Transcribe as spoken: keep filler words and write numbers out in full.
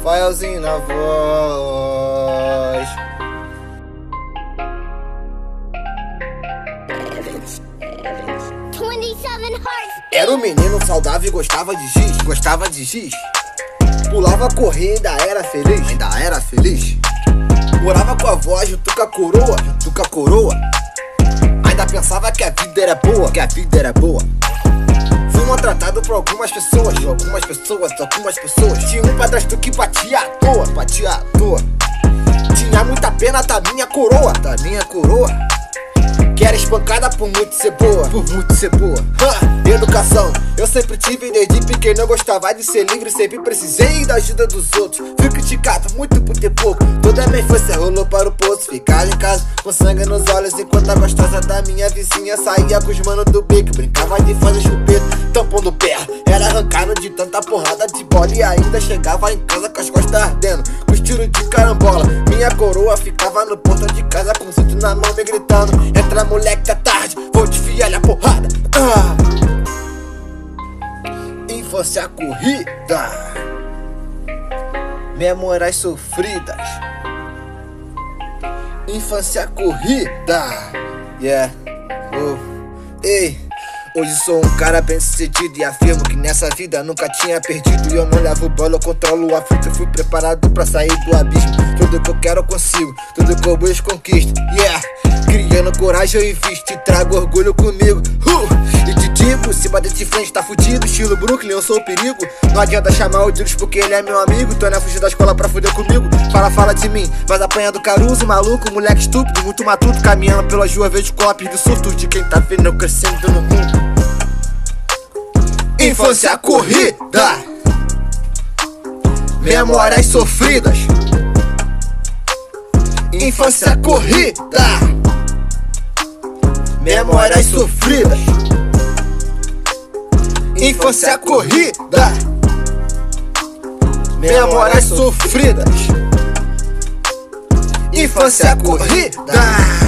Rafaelzinho na voz. Era um menino saudável e gostava de giz, gostava de giz. Pulava, corria, ainda era feliz, ainda era feliz. Morava com a avó, junto com a coroa, junto com a coroa. Ainda pensava que a vida era boa, que a vida era boa. Fui maltratado por algumas pessoas, algumas pessoas, algumas pessoas. Tinha um padrasto que batia à toa, batia à toa. Tinha muita pena da minha coroa, da minha coroa. Que era espancada por muito ser boa, por muito ser boa. Ha! Educação, eu sempre tive desde pequeno. Eu gostava de ser livre, sempre precisei da ajuda dos outros. Fui criticado muito por ter pouco. Toda a minha infância rolou para o poço. Ficava em casa com sangue nos olhos, enquanto a gostosa da minha vizinha saía com os manos do beco. Brincava de fazer chupeta, tampão no pé. Era arrancado de tanta porrada de bola. E ainda chegava em casa com as costas ardendo, com os tiros de carambola. Minha coroa ficava no portão de casa com o cinto na mão me gritando: entra moleque, tá tarde, vou te fiar a porrada. Ah. Infância corrida, memórias sofridas. Infância corrida, yeah, oh, ei. Hoje sou um cara bem sucedido e afirmo que nessa vida nunca tinha perdido. E eu não levo bola, eu controlo o aflito. Fui preparado pra sair do abismo. Tudo que eu quero eu consigo, tudo que eu busco conquisto, yeah. Criando coragem eu invisto e trago orgulho comigo, uh! E te digo, se bater de frente tá fudido. Estilo Brooklyn, eu sou o perigo. Não adianta chamar o Dirus porque ele é meu amigo. Tô na fugir da escola pra fuder comigo. Fala, fala de mim, mas apanhando Caruso, maluco, moleque estúpido, muito matuto. Caminhando pelas ruas, vejo copos de surto de quem tá vendo eu crescendo no mundo. Infância corrida, memórias sofridas. Infância corrida, memórias sofridas. Infância corrida, memórias sofridas. Infância corrida.